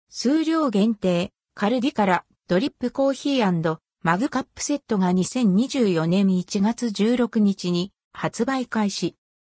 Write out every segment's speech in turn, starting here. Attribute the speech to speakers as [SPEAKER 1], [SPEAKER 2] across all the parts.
[SPEAKER 1] 数量限定、カルディからドリップコーヒー&マグカップセットが2024年1月16日に発売開始。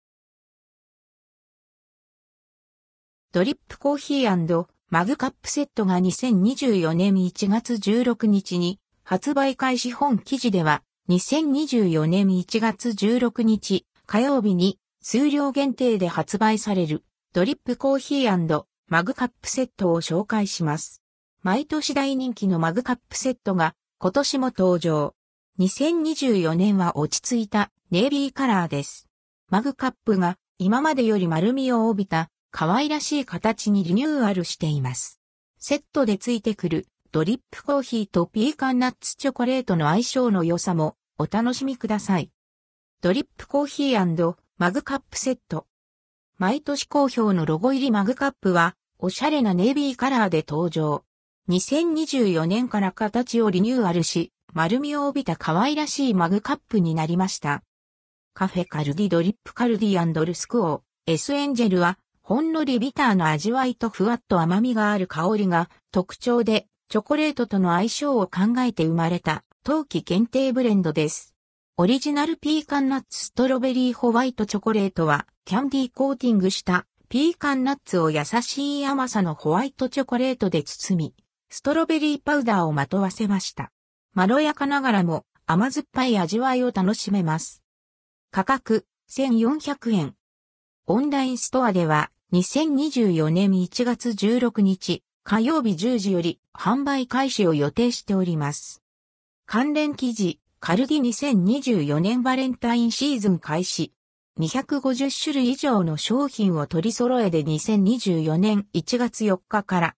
[SPEAKER 1] ドリップコーヒー&マグカップセットが2024年1月16日に発売開始。本記事では2024年1月16日火曜日に数量限定で発売されるドリップコーヒー&マグカップセットを紹介します。毎年大人気のマグカップセットが今年も登場。2024年は落ち着いたネイビーカラーです。マグカップが今までより丸みを帯びた可愛らしい形にリニューアルしています。セットでついてくるドリップコーヒーとピーカンナッツチョコレートの相性の良さもお楽しみください。ドリップコーヒー&マグカップセット。毎年好評のロゴ入りマグカップはおしゃれなネイビーカラーで登場。2024年から形をリニューアルし、丸みを帯びた可愛らしいマグカップになりました。カフェカルディドリップカルディ&ルスクオー S エンジェルはほんのりビターな味わいとふわっと甘みがある香りが特徴で、チョコレートとの相性を考えて生まれた冬季限定ブレンドです。オリジナルピーカンナッツストロベリーホワイトチョコレートはキャンディーコーティングしたピーカンナッツを優しい甘さのホワイトチョコレートで包み、ストロベリーパウダーをまとわせました。まろやかながらも甘酸っぱい味わいを楽しめます。価格1400円。オンラインストアでは2024年1月16日火曜日10時より販売開始を予定しております。関連記事、カルディ2024年バレンタインシーズン開始。250種類以上の商品を取り揃えで2024年1月4日から